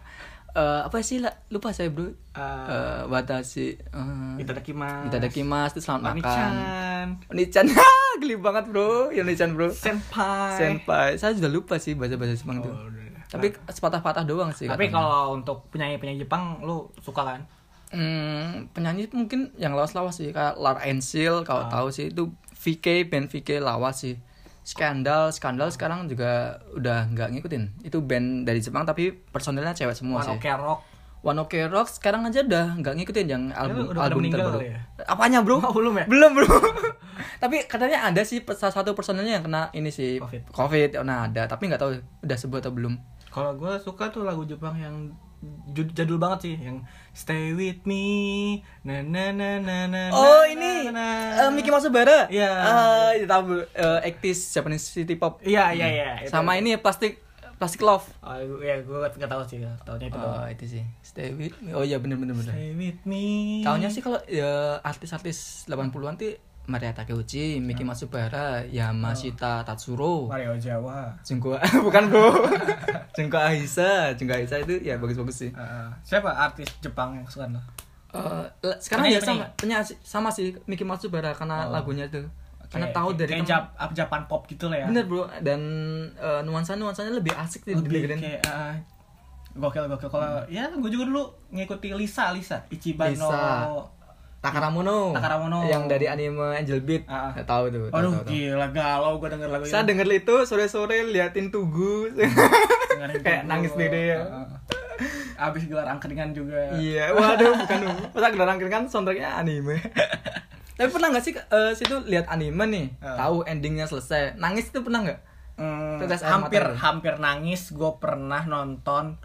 uh, apa sih lah? Lupa saya, Bro. Uh, uh, watashi uh, itadakimasu. Itadakimasu itu selamat Oni-chan. makan. Oni-chan. Geli banget, Bro. Ya Oni-chan, Bro. Senpai. Senpai. Saya sudah lupa sih bahasa-bahasa Jepang itu. Oh, tapi sepatah-patah doang sih. Tapi kalau untuk penyanyi-penyanyi Jepang lu suka kan? Hmm, penyanyi mungkin yang lawas-lawas sih kayak Lar Ensil kalau oh. tahu sih itu V K band V K lawas sih. Skandal, Skandal sekarang juga udah nggak ngikutin. Itu band dari Jepang tapi personilnya cewek semua One sih. Ok Rock. One Ok Rock sekarang aja udah nggak ngikutin yang album ya, album terbaru. Ya? Apanya, Bro? Oh, belum ya? Belum, Bro. Tapi katanya ada sih salah satu personilnya yang kena ini sih COVID. COVID. Nah, ada, tapi nggak tahu udah sebut atau belum. Kalau gue suka tuh lagu Jepang yang jud- jadul banget sih yang Stay With Me. Na na na na na. Oh, na, ini na, na. Uh, Miki Matsubara. Iya. Ah, itu tahu uh, aktis Japanese city pop. Iya, iya, iya. itu. Sama ini plastik plastik love. Oh, ya gue enggak tahu sih, tahunya itu. Oh, itu sih. Stay with me. Oh iya bener bener bener. Stay With Me. Taunya sih kalau ya, artis-artis delapan puluhan tuh Maria Takeuchi, Miki Matsubara, Yamashita Tatsuro, Mario Jawa. Junko bukan bro, Junko Aisa, Junko Aisa itu ya bagus-bagus sih. Uh, siapa artis Jepang yang kesukaan lo? Uh, sekarang Penyanyi, ya sama, penyanyi sama sih Miki Matsubara karena Oh. lagunya tuh, karena Kayak- tahu dari kayak temen- Jap, apa, Japan pop gitu lah ya. bener bro, dan uh, nuansa nuansanya lebih asik sih Lebih didengerin. kayak uh, gokil gokil. Kalau ya gue juga dulu ngikuti Lisa Lisa Ichiban Lisa. no Takaramono, Takaramono. yang dari anime Angel Beat, Ah. nggak tahu tuh. tahu, Aduh tahu, tahu. gila galau gue denger lagu Saya denger itu sore-sore liatin Tugu, Dengerin kayak dulu. nangis sendiri ya. Uh, abis gelar angkringan juga. Iya, waduh, bukan masa gelarang kan soundtracknya anime. Tapi pernah nggak sih uh, situ lihat anime nih, Uh. tahu endingnya selesai, nangis itu pernah nggak? Hmm, Tetes air hampir mata. hampir nangis. Gue pernah nonton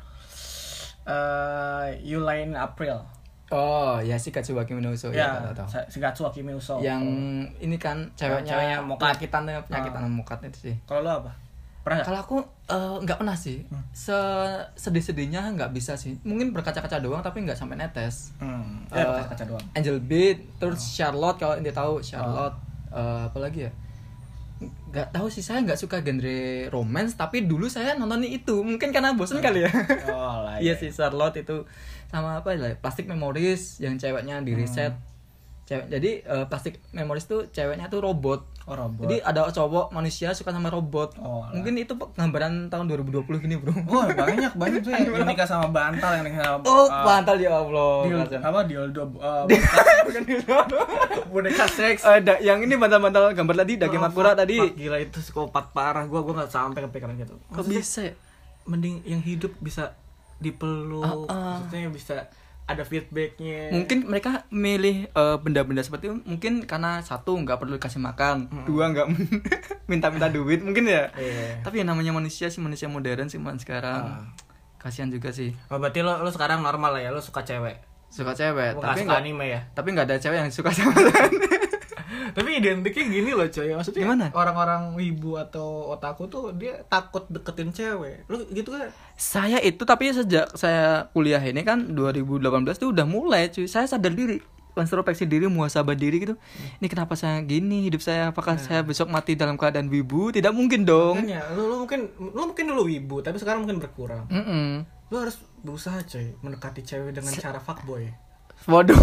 uh, You Lie in April. Oh, ya sih Katsuwa Kimi no Uso Ya, ya, tahu. Sa- Shigatsu wa Kimi Uso. Yang ini kan ceweknya, ceweknya mokat. penyakitan penyakitan Ah. mokat itu sih. Kalau lo apa? Pernah nggak? Kalau aku eh, nggak pernah sih, se sedih-sedihnya nggak bisa sih. Mungkin berkaca-kaca doang tapi nggak sampai netes. Hmm, Eh, eh, kaca doang. Angel Beat, terus Charlotte kalau dia tahu Charlotte, eh, apa lagi ya? Nggak tahu sih, saya nggak suka genre romance, tapi dulu saya nontonnya itu, mungkin karena bosan kali ya. Oh lah. Iya sih, Charlotte itu sama apa ya? Plastic Memories yang ceweknya di reset. Cewek, jadi eh, Plastic Memories tuh ceweknya tuh robot. Oh, robot. Jadi ada cowok manusia suka sama robot. Oh, lah. Mungkin itu gambaran tahun dua ribu dua puluh gini, Bro. Oh banyak banyak tuh yang yang nikah sama bantal, yang nikah sama Oh, uh, bantal ya Allah. Dil, Kasian. apa dildo uh, Bukan itu. boneka seks. Eh, da- yang ini bantal-bantal gambar tadi daging Oh, makura fuck, tadi. fuck, gila itu psikopat parah. Gua gua enggak sampai kepikiran gitu. Kok bisa ya? Mending yang hidup bisa dipeluk, Ah, ah. maksudnya bisa ada feedbacknya. Mungkin mereka milih eh, benda-benda seperti itu mungkin karena satu nggak perlu dikasih makan, dua nggak minta-minta duit mungkin ya. Iya. Tapi yang namanya manusia sih, manusia modern sih man sekarang. Ah. Kasihan juga sih. Oh, berarti lo lo sekarang normal lah ya, lo suka cewek. Suka cewek, Lo nggak tapi suka nggak anime ya. tapi nggak ada cewek yang suka sama Lan. Tapi identiknya gini loh coy, maksudnya Gimana? orang-orang wibu atau otaku tuh dia takut deketin cewek. Lu gitu kan? Saya itu tapi sejak saya kuliah ini kan dua ribu delapan belas tuh udah mulai cuy. Saya sadar diri, introspeksi diri, muhasabah diri gitu. Ini kenapa saya gini hidup saya? Apakah saya besok mati dalam keadaan wibu? Tidak mungkin dong. Makanya lu, lu mungkin lu mungkin dulu wibu, tapi sekarang mungkin berkurang. Mm-mm. Lu harus berusaha coy mendekati cewek dengan cara fuckboy. Waduh.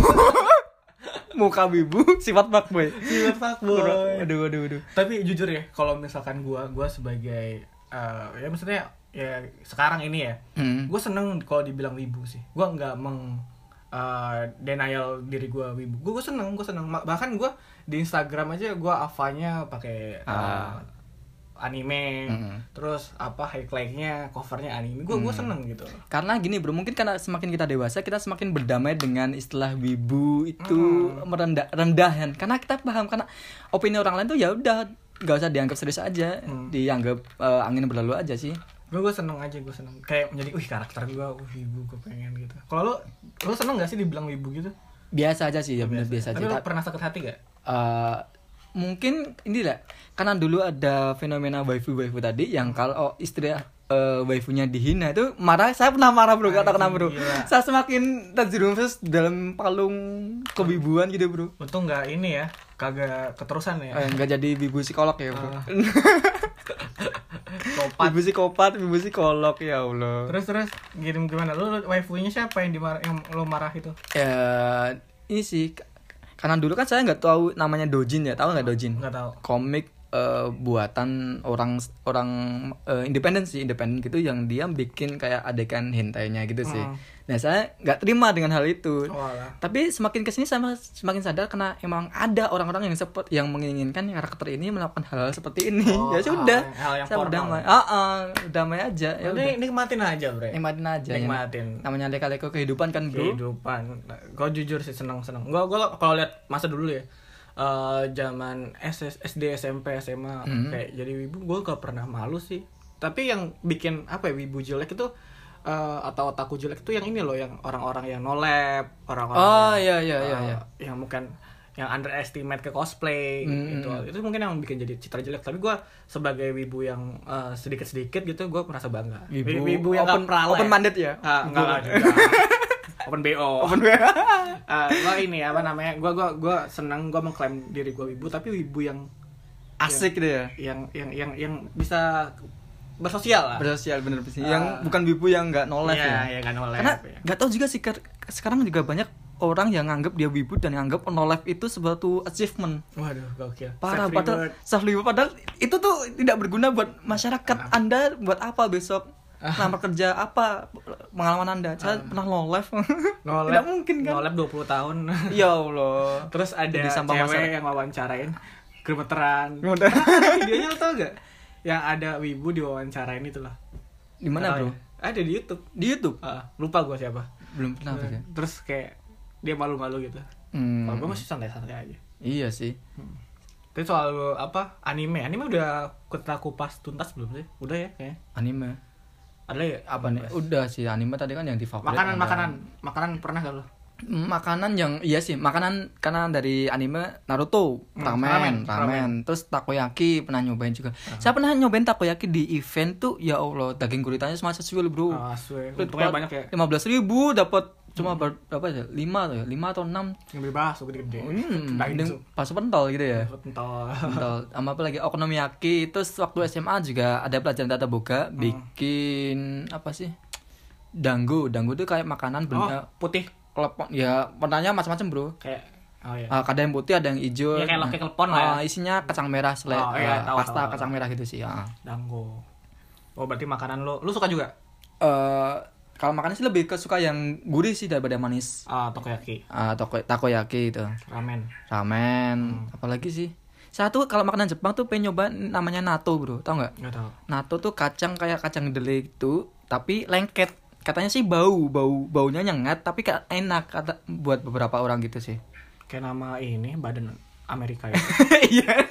Muka wibu, sifat fuckboy. Sifat fuckboy. Waduh, waduh, waduh. Tapi jujur ya, kalau misalkan gua gua sebagai uh, ya maksudnya ya sekarang ini ya, Hmm. gue seneng kalau dibilang wibu sih. Gue nggak meng uh, denial diri gue wibu. Gue seneng, gue seneng. Ma- Bahkan gue di Instagram aja gue avanya pakai uh, Ah. anime, Mm. terus apa highlightnya covernya anime. Gue gue seneng gitu. Karena gini bro, mungkin karena semakin kita dewasa kita semakin berdamai dengan istilah wibu itu merendah rendah kan. Karena kita paham, karena opini orang lain tuh ya udah nggak usah dianggap serius aja, Hmm. dianggap eh, angin berlalu aja sih. Gue gue seneng aja, gue seneng. Kayak menjadi, wih karakter gue, wih wibu gue pengen gitu. Kalau lo lo seneng gak sih dibilang wibu gitu? Biasa aja sih ya, bener biasa aja. Tapi lo Ta- pernah sakit hati gak? eh, mungkin ini lah, karena dulu ada fenomena waifu-waifu tadi yang kalau istri eh, waifunya dihina itu marah. Saya pernah marah bro, kata kenapa bro. Gila. Saya semakin terjerumus dalam palung kewibuan gitu bro. Untung gak ini ya, kagak keterusan ya. Eh, nggak jadi wibu psikolog ya bro. Ah. Kopat. Wibu psikopat, wibu psikolog ya Allah. Terus terus girim gimana? Lu, lu waifunya siapa yang dimarah, yang lo marah itu? Ya ini sih k- karena dulu kan saya nggak tahu namanya dojin ya, tahu nggak dojin? Nggak tahu. Komik eh, buatan orang orang eh, independen sih, independen gitu yang dia bikin kayak adegan hentainya gitu sih. Hmm. Nah saya nggak terima dengan hal itu. Oh, alah. Tapi semakin kesini saya semakin sadar karena emang ada orang-orang yang seperti yang menginginkan karakter ini melakukan hal seperti ini. Oh, Ya sudah, hal- hal yang saya formal. berdamai. Ah, ah, damai aja. Ya udah. Ini nikmatin aja, Bre. Nikmatin aja. ya. Nikmatin. Namanya leka-leka kehidupan kan bro. Kehidupan. Gue jujur sih seneng-seneng. Gue gue kalau lihat masa dulu ya, eh zaman S S D S M P S M A Hmm. kayak jadi wibu, gue gak pernah malu sih. Tapi yang bikin apa ya wibu jelek itu uh, atau otaku jelek itu yang ini loh, yang orang-orang yang no lab, orang-orang Oh yang, iya iya iya uh, iya. yang mungkin yang underestimate ke cosplay Hmm. gitu. Itu mungkin yang bikin jadi citra jelek. Tapi gue sebagai wibu yang uh, sedikit-sedikit gitu, gue merasa bangga. Wibu, wibu yang open, gak pernah open minded ya. Ah, enggak lah juga. Open B O. Open minded. uh, gue ini apa namanya? Gue gua gua senang, gue mengklaim diri gue wibu, tapi wibu yang Asik gitu ya. yang yang yang yang bisa bersosial lah. Bersosial bener sih. Ah. Yang bukan wibu yang nggak no life Iya, ya. iya kan no life, Karena ya. nggak tahu juga sih ker- sekarang juga banyak orang yang nganggap dia wibu dan nganggap no life itu suatu achievement. Waduh, gokil. Parah, Self padahal reward. self reward padahal itu tuh tidak berguna buat masyarakat. Anda buat apa besok? Lamar kerja apa pengalaman Anda? Saya pernah no life. No Tidak lab, mungkin kan? No lab dua puluh tahun. Ya Allah. Terus ada Jadi sampah cewek masyarakat. yang wawancarain gemeteran. Gemeteran. Videonya lo tau gak? Yang ada wibu diwawancarain itu loh. Di mana, Nggak tahu Bro? ya? Ada di YouTube. Di YouTube? Ah, lupa gue siapa. Belum pernah tuh ya. Terus kayak dia malu-malu gitu. Hmm. Kalau gue masih santai-santai aja. Iya sih. Tapi soal apa anime, anime udah kita kupas tuntas belum sih? Udah ya kayaknya. Anime. Ada ya? Apa nih? Udah sih anime tadi kan yang di favorit. Makanan, ada. makanan, makanan pernah gak lo? Makanan yang iya sih, makanan karena dari anime Naruto, Hmm, ramen, ramen, ramen, ramen. terus takoyaki pernah nyobain juga. Saya pernah nyobain takoyaki di event tuh, ya Allah, daging guritanya semasa sesuai bro. Ah, suwe. Untungnya banyak ya. lima belas ribu dapat cuma ber, berapa ya? lima tuh ya, lima atau enam. Yang bebas, gede-gede. Hmm, Daging mending su- bakso pentol gitu ya. pentol. Pentol. Sama apa lagi? Okonomiyaki. Terus waktu S M A juga ada pelajaran tata boga, bikin apa sih? Danggu, danggu tuh kayak makanan Oh, bener putih kelepon. Ya, warnanya macam-macam, Bro. kayak oh iya. Ah, ada yang putih, ada yang hijau. Ya, kayak loki kelepon lah ya. Ah, isinya kacang merah, sele, Oh, iya, ah, tahu, pasta tahu, kacang tahu. merah gitu sih. Ah. Dango. Oh, berarti makanan lo, lu suka juga? Eh, kalau makannya sih lebih ke suka yang gurih sih daripada manis. Ah, takoyaki, Ah, toko takoyaki itu. ramen. Ramen, Hmm. apalagi sih? Satu kalau makanan Jepang tuh pengen nyoba namanya natto, Bro. Tau nggak? Enggak tahu. Natto tuh kacang kayak kacang kedelai itu, tapi lengket. Katanya sih bau, bau baunya nyengat, tapi ka- enak kata buat beberapa orang gitu sih. Kayak nama ini badan Amerika ya. Iya.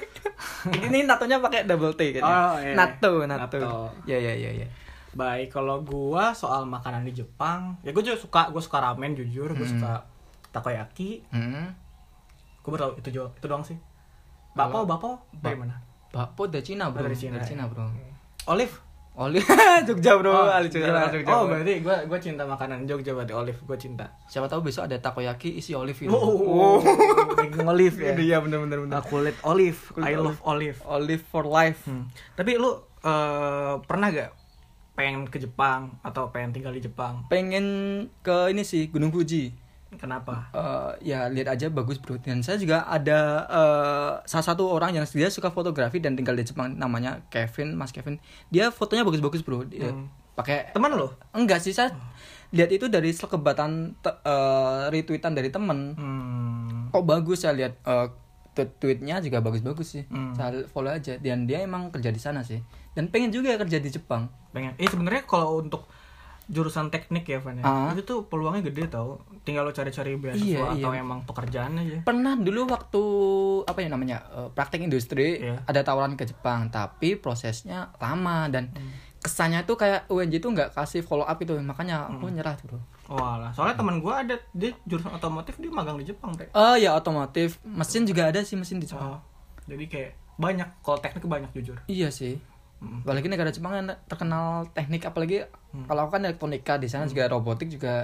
Ini natonya pakai double T kayaknya. Oh, iya. Natto, natto. Natto. Ya ya ya ya. Baik, kalau gua soal makanan di Jepang, ya gua juga suka, gua suka ramen jujur, gua suka takoyaki. Hmm. Gua baru tahu itu jo, itu doang sih. Bakpo, bakpo dari mana? Bakpo dari Cina, Bro. Dari Cina, ya. Bro. Olive. Olive Jogja, Bro. Oh, Ali Jogja, gila. Jogja. Oh, Bro. berarti gua gua cinta makanan Jogja, berarti olive gua cinta. Siapa tahu besok ada takoyaki isi olive gitu. Oh, daging olive ya. Iya benar benar benar. Nah, kulit olive. Kulit I olive. love olive. Olive for life. Hmm. Tapi lu eh, pernah gak pengen ke Jepang atau pengen tinggal di Jepang? Pengen ke ini sih Gunung Fuji. Kenapa? Eh, ya lihat aja bagus, Bro. Dan saya juga ada eh, salah satu orang yang dia suka fotografi dan tinggal di Jepang, namanya Kevin, Mas Kevin. Dia fotonya bagus-bagus, Bro. Dia Hmm. pakai Teman lu? enggak sih, saya lihat itu dari sekebatan te- eh, retweetan dari temen. Hmm. Kok bagus, saya lihat eh, tweet- tweetnya juga bagus-bagus sih. Hmm. Saya follow aja. Dan dia emang kerja di sana sih. Dan pengen juga kerja di Jepang. Pengen. Eh sebenarnya kalau untuk jurusan teknik ya, Van ya. Ah. Itu tuh peluangnya gede tau. Tinggal lo cari-cari beasiswa Iya, atau iya. emang pekerjaan aja. Pernah dulu waktu apa ya namanya eh, praktek industri, Iya. ada tawaran ke Jepang, tapi prosesnya lama dan kesannya tuh kayak U N J tuh nggak kasih follow up itu, makanya aku nyerah tuh, Bro. Oh alah. Soalnya teman gua ada dia jurusan otomotif, dia magang di Jepang, Bre. Oh ya otomotif, mesin juga ada sih mesin di Oh. Jepang. Jadi kayak banyak, kalau teknik banyak jujur. Iya sih. Hmm. Apalagi negara Jepang kan terkenal teknik, apalagi kalau aku kan elektronika, di sana juga robotik juga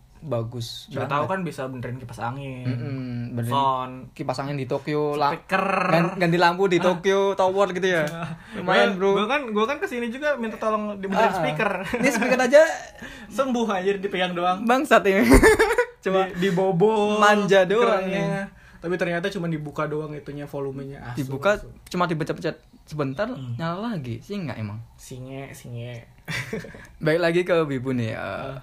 bagus. Sudah banget. tahu kan bisa benerin kipas angin, Mm-mm, benerin sound, kipas angin di Tokyo, la- speaker. gan- ganti lampu di Tokyo Tower gitu ya. Lumayan, Bro. Gue kan gue kan kesini juga minta tolong dibenerin Ah, ah. speaker. Ini speaker aja Sembuh aja dipegang doang. bangsat ini. Coba dibobol. Manja doang kerannya. Tapi ternyata cuma dibuka doang itunya volumenya. Asu, Dibuka asu. cuma dipencet-pencet sebentar nyala lagi sih nggak emang. Singe, singe. Baik lagi ke Bibu nih. eh,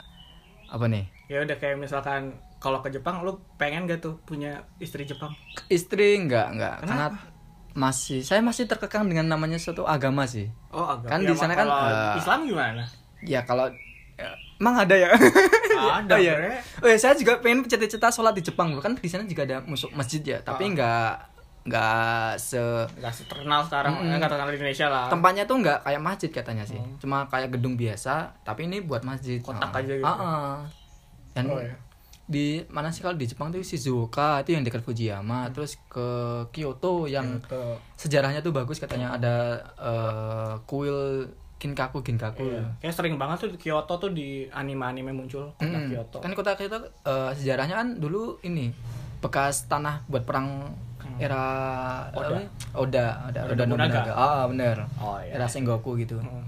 apa nih? Ya udah kayak misalkan kalau ke Jepang lu pengen gak tuh punya istri Jepang? Istri nggak nggak karena Kenapa? masih saya masih terkekang dengan namanya suatu agama sih. Oh, agak. Kan di sana kan, kalau eh, Islam gimana? Ya kalau ya, emang ada ya. Ada, oh, iya. Bre. Oh ya saya juga pengen cita-cita sholat di Jepang, kan di sana juga ada musuh masjid ya, tapi Ah. nggak nggak se Gak terkenal sekarang, Mm-mm. nggak terkenal di Indonesia lah. tempatnya tuh nggak kayak masjid katanya sih, Hmm. cuma kayak gedung biasa, tapi ini buat masjid. Kotak Ah. aja gitu. Ah, ah. Dan Oh, iya. di mana sih kalau di Jepang tuh Shizuoka itu yang dekat Fujiyama, Hmm. terus ke Kyoto yang Gitu. sejarahnya tuh bagus katanya, ada eh, kuil Kinkaku Ginkaku. Iya. Kayak sering banget tuh di Kyoto tuh di anime-anime muncul kota Mm-mm. Kyoto. Kan kota Kyoto eh, sejarahnya kan dulu ini bekas tanah buat perang era Oda. apa? Oda, Oda, Oda Oda Nobunaga. Nobunaga. Ah, bener. Oh, iya. Era Sengoku gitu. Hmm.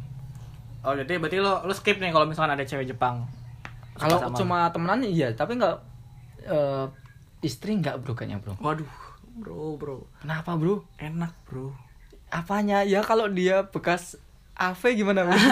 Oh jadi berarti lo lo skip nih kalau misalkan ada cewek Jepang. Kalau Suka sama cuma temenan iya, tapi nggak eh, istri nggak bro kayaknya bro. lo. Waduh, bro bro, Kenapa bro? enak bro. Apanya? Ya kalau dia bekas A V gimana bro?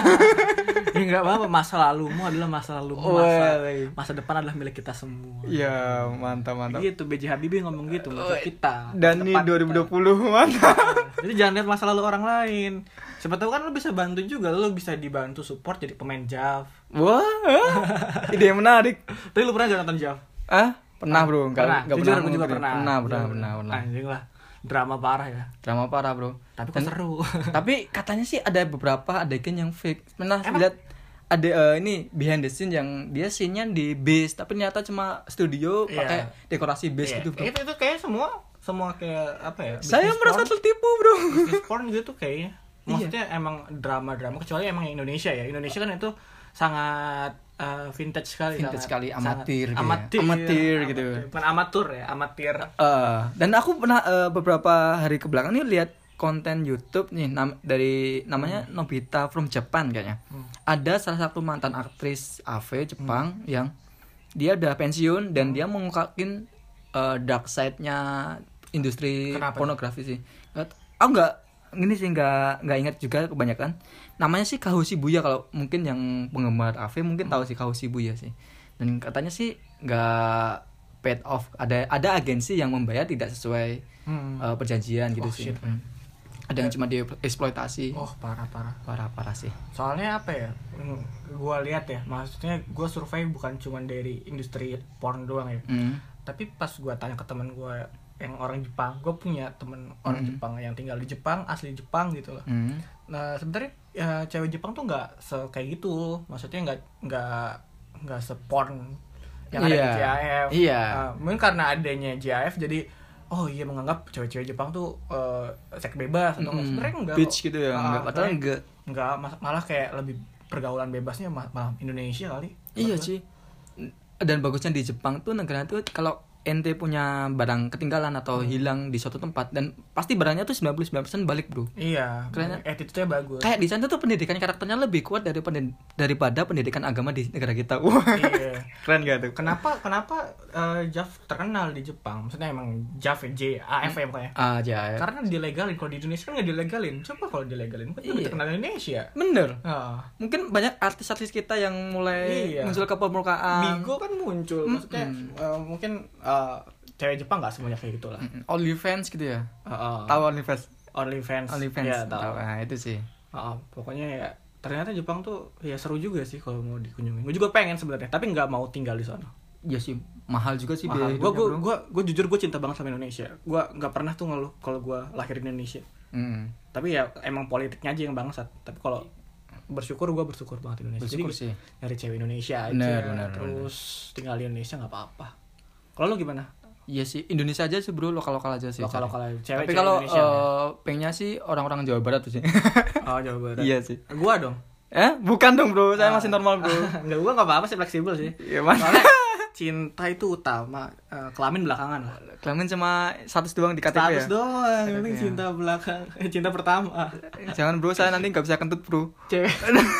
Ya nggak apa-apa, masa lalumu adalah masa lalumu, Well, masa iya. masa depan adalah milik kita semua. Iya mantap mantap. Gitu B J Habibie ngomong gitu untuk kita. Dan ini Tempat dua ribu dua kita. puluh mantap. Jadi jangan lihat masa lalu orang lain. Siapa tahu kan lo bisa bantu juga, lo bisa dibantu support jadi pemain Jav. Wah, ide yang menarik. Tapi lo pernah gak nonton Jav? Ah, pernah bro, nggak Pernah. nggak Jujur pernah. aku juga nonton. pernah. Pernah, pernah, Jujur. pernah, pernah. Anjing lah. Drama parah ya. Drama parah bro. Tapi kok Dan- seru. Tapi katanya sih ada beberapa adegan yang fake. Pernah Emang? lihat ada eh, ini behind the scene yang dia scene-nya di base tapi ternyata cuma studio Iya. pakai dekorasi base Iya. gitu bro. Itu itu kayak semua semua kayak apa ya? Saya business merasa porn. tertipu bro. Business porn gitu kayaknya. Maksudnya emang drama-drama kecuali emang yang Indonesia ya. Indonesia kan itu sangat eh, vintage sekali, Vintage sekali, sangat- amatir gitu ya. amatir, Amatir gitu. Bukan amatur ya, amatir. Eh, dan aku pernah eh, beberapa hari ke belakang nih lihat konten YouTube nih nam- dari namanya Nobita from Japan kayaknya. Hmm. Ada salah satu mantan aktris A V Jepang yang dia udah pensiun dan dia mengungkapin eh, dark side-nya industri Kenapa? pornografi sih. Nggak- Aku nggak ini sih nggak nggak ingat juga kebanyakan. Namanya sih Kaho Shibuya, kalau mungkin yang penggemar A V mungkin tahu sih Kaho Shibuya sih. Dan katanya sih nggak paid off, ada ada agensi yang membayar tidak sesuai Hmm. uh, perjanjian gitu Oh, sih. shit. Hmm. Ada yang cuma dieksploitasi. Oh, parah-parah. Parah-parah sih. Soalnya apa ya? Hmm, gua lihat ya, maksudnya gua survei bukan cuma dari industri porn doang ya. Hmm. Tapi pas gua tanya ke teman gua yang orang Jepang, gua punya temen orang Hmm. Jepang yang tinggal di Jepang, asli Jepang gitu loh. Hmm. Nah sebenarnya ya, cewek Jepang tuh nggak se kayak gitu, maksudnya nggak nggak nggak seporn yang ada Iya. di J A F. Iya. Nah, mungkin karena adanya J A F jadi oh iya menganggap cewek-cewek Jepang tuh eh, seks bebas atau nggak. Mm-mm. Sebenarnya enggak. Beach kok. gitu ya, Ah, enggak. Padahal kayak- enggak. Enggak, mas- malah kayak lebih pergaulan bebasnya ma- malah Indonesia kali. Iya sih. Dan bagusnya di Jepang tuh negara tuh kalau ente punya barang ketinggalan atau hilang di suatu tempat dan pasti barangnya tuh sembilan puluh sembilan persen balik bro. Iya, Keren. attitude-nya bagus. Kayak di sana tuh pendidikan karakternya lebih kuat dari pende- daripada pendidikan agama di negara kita. Wah. Iya. Keren gak tuh? Kenapa kenapa eh, J A F terkenal di Jepang? Maksudnya emang J A F ya, J A F ya pokoknya. Aja ya. Karena dilegalin, kalau di Indonesia kan nggak dilegalin. Coba kalau dilegalin, kan lebih Iya. terkenal di Indonesia. Bener. Ah. Mungkin banyak artis-artis kita yang mulai Iya. muncul ke permukaan. Bigo kan muncul, maksudnya eh, mungkin eh, cewek Jepang nggak semuanya kayak gitu lah. Mm-mm. OnlyFans gitu ya. Uh, Tahu OnlyFans? OnlyFans. OnlyFans. Ya, tahu. Tahu. Nah, itu sih. Uh, pokoknya ya ternyata Jepang tuh ya seru juga sih kalau mau dikunjungi. Gue juga pengen sebenarnya, tapi nggak mau tinggal di sana. Ya sih, mahal juga sih Mahal. biaya Gue hidupnya, gue bro. gue gue jujur gue cinta banget sama Indonesia. Gue nggak pernah tuh ngeluh kalau gue lahir di Indonesia. Mm. Tapi ya emang politiknya aja yang bangsat. Tapi kalau bersyukur gue bersyukur banget di Indonesia. Bersyukur Jadi sih. nyari cewek Indonesia aja. Bener, bener, terus tinggal di Indonesia nggak apa-apa. Kalau lu gimana? Iya sih, Indonesia aja sih bro, lokal-lokal aja sih. Lokal-lokal aja. Cewek- Tapi cewek kalau Indonesia, eh, pengennya sih orang-orang Jawa Barat tuh sih. Oh Jawa Barat. Iya sih. Gua dong. Eh, bukan dong bro, saya Ah. masih normal bro. Enggak, gua nggak apa-apa sih, fleksibel sih. Iya mana? Soalnya cinta itu utama, eh, kelamin belakangan lah. Kelamin cuma status doang di K T P Status ya. doang, yang K T P penting ya. cinta belakang, eh, cinta pertama. Jangan bro, saya nanti nggak bisa kentut bro. Cewek.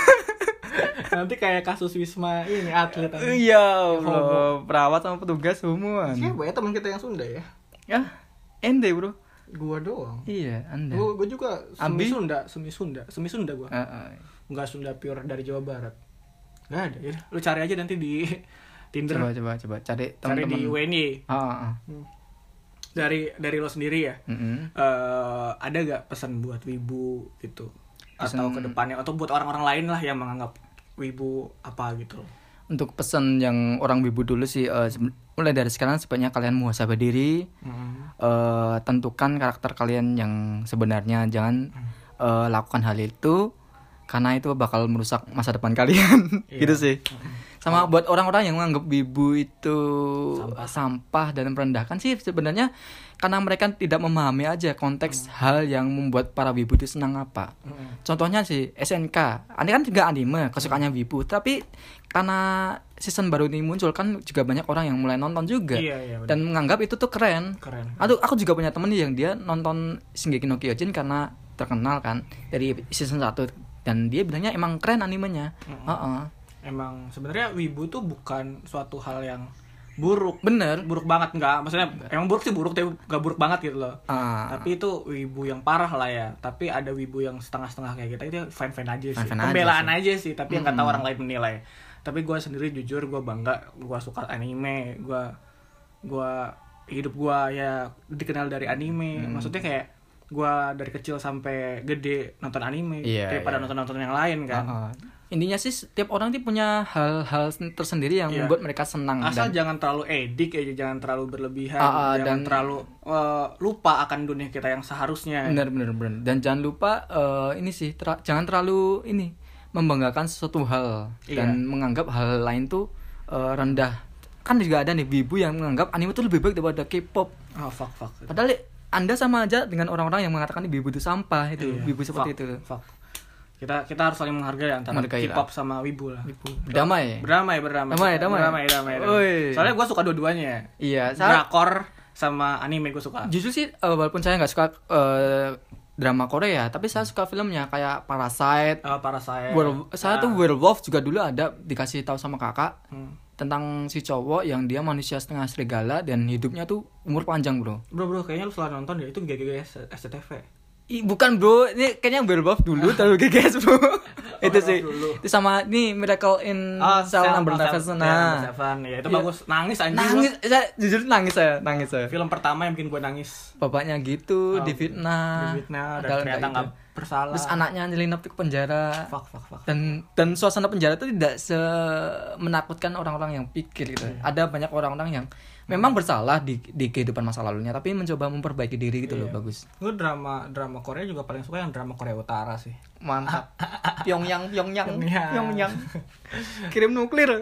Nanti kayak kasus Wisma ini atlet. aja. Iya Homo. bro, perawat sama petugas homoan. Siapa ya teman kita yang Sunda ya? Ya, ente bro. Gua doang. Iya, anda. Gua, gua juga semi Abi? Sunda, semi Sunda, semi Sunda gua. Ah, ah. Enggak Sunda pure dari Jawa Barat. Enggak ada ya. Lu cari aja nanti di Tinder. Coba coba coba cari Cari di teman-teman. U N Y. Ah, ah, ah. Dari dari lo sendiri ya. Mm-mm. eh ada gak pesan buat wibu gitu Pesan- atau ke depannya atau buat orang-orang lain lah yang menganggap wibu apa gitu loh. Untuk pesan yang orang wibu dulu sih, eh, seben- mulai dari sekarang sebaiknya kalian muhasabah diri, Hmm. uh, tentukan karakter kalian yang sebenarnya, jangan uh, lakukan hal itu karena itu bakal merusak masa depan kalian. Iya. Gitu sih. Sama buat orang-orang yang menganggap wibu itu Sampah. sampah dan merendahkan sih, sebenarnya karena mereka tidak memahami aja konteks hal yang membuat para wibu itu senang apa. Hmm. Contohnya sih S N K, ini kan juga anime kesukaannya wibu, tapi karena season baru ini muncul kan juga banyak orang yang mulai nonton juga. Iya, iya, benar. Dan menganggap itu tuh keren. Keren. Aduh, aku juga punya temen nih yang dia nonton Shingeki no Kyojin karena terkenal kan dari season satu, dan dia bilangnya emang keren animenya. Mm-mm. Heeh. Emang sebenarnya wibu tuh bukan suatu hal yang buruk. Bener. Buruk banget enggak? Maksudnya emang buruk sih buruk, tapi enggak buruk banget gitu loh. Ah. Tapi itu wibu yang parah lah ya. Tapi ada wibu yang setengah-setengah kayak kita, itu fine-fine aja sih. Fine-fine aja Pembelaan sih. aja sih, tapi yang nggak tahu Mm-mm. orang lain menilai. Tapi gue sendiri jujur gue bangga, gue suka anime, gue gue hidup gue ya dikenal dari anime. Mm. Maksudnya kayak gue dari kecil sampai gede nonton anime Iya, daripada iya. nonton-nonton yang lain kan. Heeh. Intinya sih setiap orang tuh punya hal-hal tersendiri yang Iya. membuat mereka senang. Asal dan jangan terlalu edik aja, jangan terlalu berlebihan, Ah, ah, jangan dan- terlalu eh, lupa akan dunia kita yang seharusnya. bener bener bener. Dan jangan lupa eh, ini sih ter- jangan terlalu ini membanggakan sesuatu hal Iya. dan menganggap hal lain tuh eh, rendah. Kan juga ada nih wibu yang menganggap anime tuh lebih baik daripada K-pop. Oh fuck fuck. Padahal Anda sama aja dengan orang-orang yang mengatakan wibu itu sampah itu, Iya, wibu seperti fuck, itu. Fuck. Kita kita harus saling menghargai antara Menghargai K-pop sama wibu lah. Wibu. Berdamai. Berdamai, berdamai. Damai, damai. Berdamai, damai, damai. Oi. Soalnya gue suka dua-duanya. Iya, saya Drakor sama anime gue suka. jujur sih eh, walaupun saya nggak suka eh, drama Korea, tapi saya suka filmnya kayak Parasite. Eh, Parasite. Werewolf- saya tuh Werewolf juga dulu ada dikasih tahu sama kakak Hmm. tentang si cowok yang dia manusia setengah serigala dan hidupnya tuh umur panjang, bro. Bro bro kayaknya lu salah nonton ya, itu G G G S S C T V. Ih, bukan, bro, ini kayaknya Werewolf dulu terus G G S, bro. Itu sih. dulu. Itu sama nih Miracle in Oh, Cell Number Seven. Seven. Nah, Seven. Ya itu Iya. bagus. Nangis anjing. nangis, saya jujur nangis saya, nangis saya. Film pertama yang bikin gue nangis. Bapaknya gitu, Oh, difitnah. Difitnah dan Padahal ternyata kayak nggak gitu. bersalah. Terus anaknya nyelinap ke penjara. Fuck fuck fuck. dan dan suasana penjara itu tidak se menakutkan orang-orang yang pikir gitu. Iya. Ada banyak orang-orang yang memang bersalah di di kehidupan masa lalunya, tapi mencoba memperbaiki diri gitu loh, Iya. bagus. Gue drama drama Korea juga paling suka yang drama Korea Utara sih. Mantap. Pyongyang, Pyongyang, Pyongyang. Pyongyang. Kirim nuklir.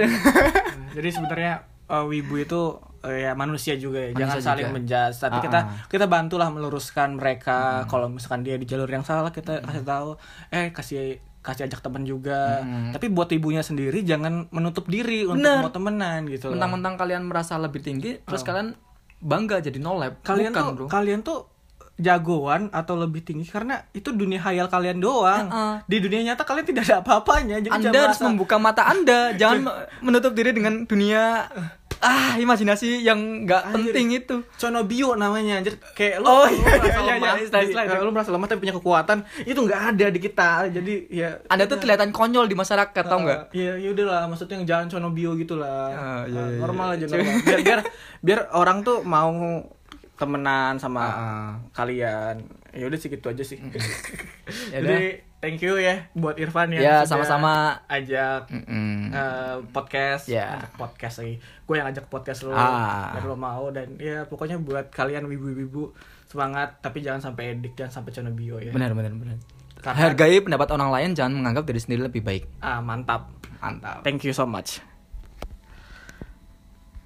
Jadi sebenarnya uh, wibu itu uh, ya manusia juga ya. Jangan Manusia saling juga. menjudge. Tapi Ah, kita ah. kita bantulah meluruskan mereka. Kalau misalkan dia di jalur yang salah, kita kasih tahu, eh kasih kasih ajak teman juga. Mm. Tapi buat ibunya sendiri jangan menutup diri untuk Bener. mau temenan gitu loh. Mentang-mentang kalian merasa lebih tinggi, terus kalian bangga jadi no lab. Kalian Bukan, tuh bro. kalian tuh jagoan atau lebih tinggi karena itu dunia hayal kalian doang. Heeh. Di dunia nyata kalian tidak ada apa-apanya. Jadi Anda jangan harus merasa- membuka mata Anda, jangan me- menutup diri dengan dunia ah imajinasi yang nggak Anjir. penting itu. Conobio namanya anjir, kayak lu, Oh, lu iya, merasa iya, lemah, iya, istilah-istilah di- itu. lu merasa lemah tapi punya kekuatan, itu nggak ada di kita. Jadi ya Anda tuh kelihatan konyol di masyarakat, tau nggak? Iya, ya udahlah, maksudnya yang jangan conobio gitu lah. Ah, iya, iya, Normal iya. aja normal. Biar, biar biar orang tuh mau temenan sama Ah, ah. kalian. Ya udah sih gitu aja sih. Ya Jadi thank you ya buat Irfan yang Ya, sudah sama-sama. ajak Mm-mm. eh, podcast, Ya. ajak podcast lagi. Gue yang ajak podcast lo, Ah. dan lo mau, dan ya pokoknya buat kalian wibu-wibu semangat, tapi jangan sampai edik, jangan sampai conobio ya. Benar, benar, benar. Karena- Hargai pendapat orang lain, jangan menganggap diri sendiri lebih baik. Ah mantap. Mantap. Thank you so much.